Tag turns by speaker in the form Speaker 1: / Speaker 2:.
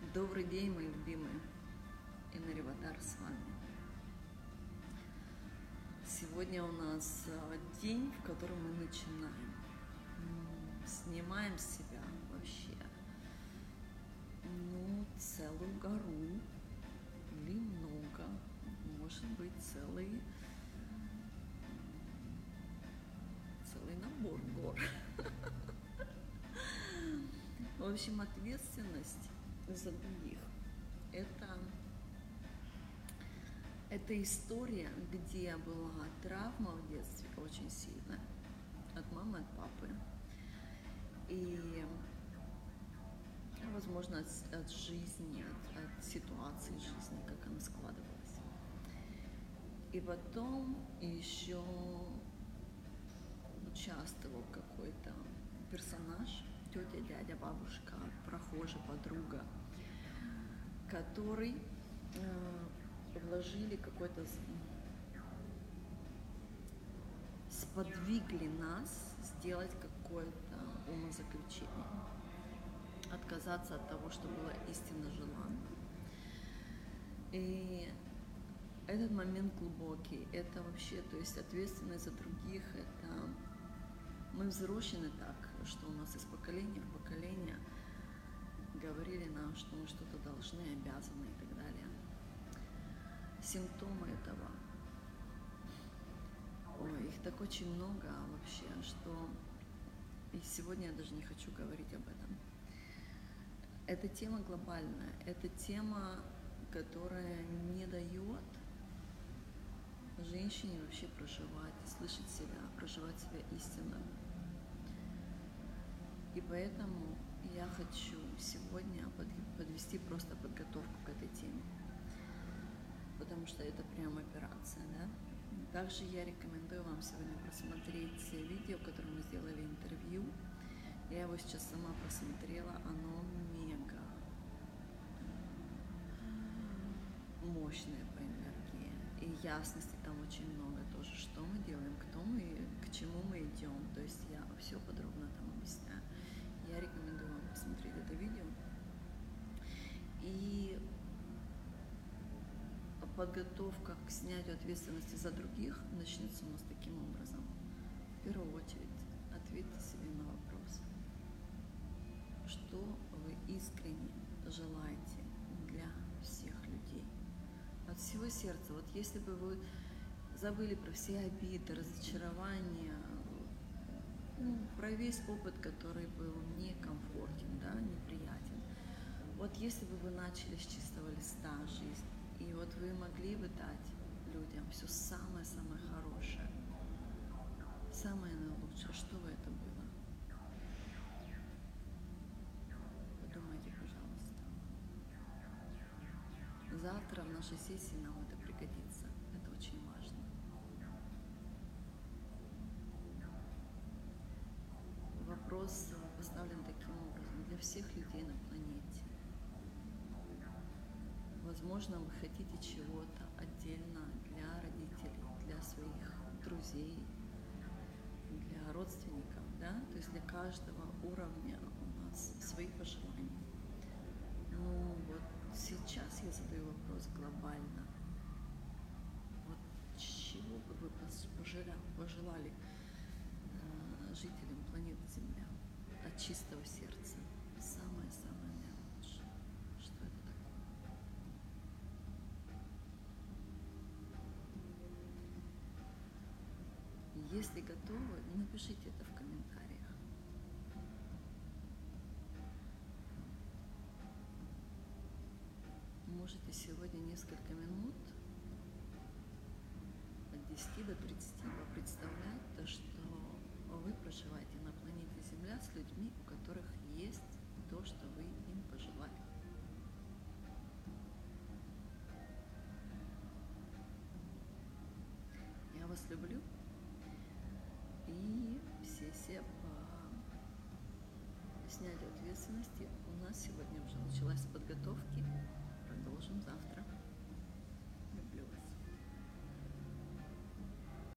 Speaker 1: Добрый день, мои любимые. Энереватар с вами. Сегодня у нас день, в котором мы начинаем. Снимаем с себя вообще целую гору или много, может быть целый набор гор. В общем, ответственность за других. Это история, где была травма в детстве очень сильная от мамы, от папы. И, возможно, от жизни, от ситуации жизни, как она складывалась. И потом еще участвовал какой-то персонаж, тетя, дядя, бабушка, прохожий, подруга, который вложили какой-то, сподвигли нас сделать какое-то умозаключение, отказаться от того, что было истинно желанно. И этот момент глубокий, это вообще, то есть ответственность за других, это мы взрослены так, что у нас из поколения в поколение говорили нам, что мы что-то должны, обязаны и так далее. Симптомы этого, их так очень много вообще, что и сегодня я даже не хочу говорить об этом. Эта тема глобальная, это тема, которая не дает женщине вообще проживать, слышать себя, проживать себя истинно. И поэтому я хочу сегодня подвести просто подготовку к этой теме, потому что это прям операция, да? Также я рекомендую вам сегодня просмотреть видео, которое мы сделали интервью. Я его сейчас сама просмотрела, оно мега мощное по энергии. И ясности там очень много тоже, что мы делаем, кто мы, к чему мы идем. То есть я все подробно там объясняю. Я рекомендую вам посмотреть это видео. И подготовка к снятию ответственности за других начнется у нас таким образом. В первую очередь ответьте себе на вопрос, что вы искренне желаете для всех людей. От всего сердца. Вот если бы вы забыли про все обиды, разочарования, про весь опыт, который был некомфортен, да, неприятен. Вот если бы вы начали с чистого листа жизнь, и вот вы могли бы дать людям все самое-самое хорошее, самое наилучшее, что бы это было? Подумайте, пожалуйста. Завтра в нашей сессии нам это пригодится. Это очень важно. Вопрос поставлен таким образом: для всех людей на планете. Возможно, вы хотите чего-то отдельно для родителей, для своих друзей, для родственников, да? То есть для каждого уровня у нас свои пожелания. Ну вот сейчас я задаю вопрос глобально. Вот чего бы вы пожелали жителям планеты Земля от чистого сердца? Самое-самое наилучшее. Что это такое? Если готовы, напишите это в комментариях. Можете сегодня несколько минут от 10 до 30 представлять то, что вы проживаете на планете Земля с людьми, у которых есть то, что вы им пожелали. Я вас люблю. И сессия по снятию ответственности у нас сегодня уже началась с подготовки. Продолжим завтра.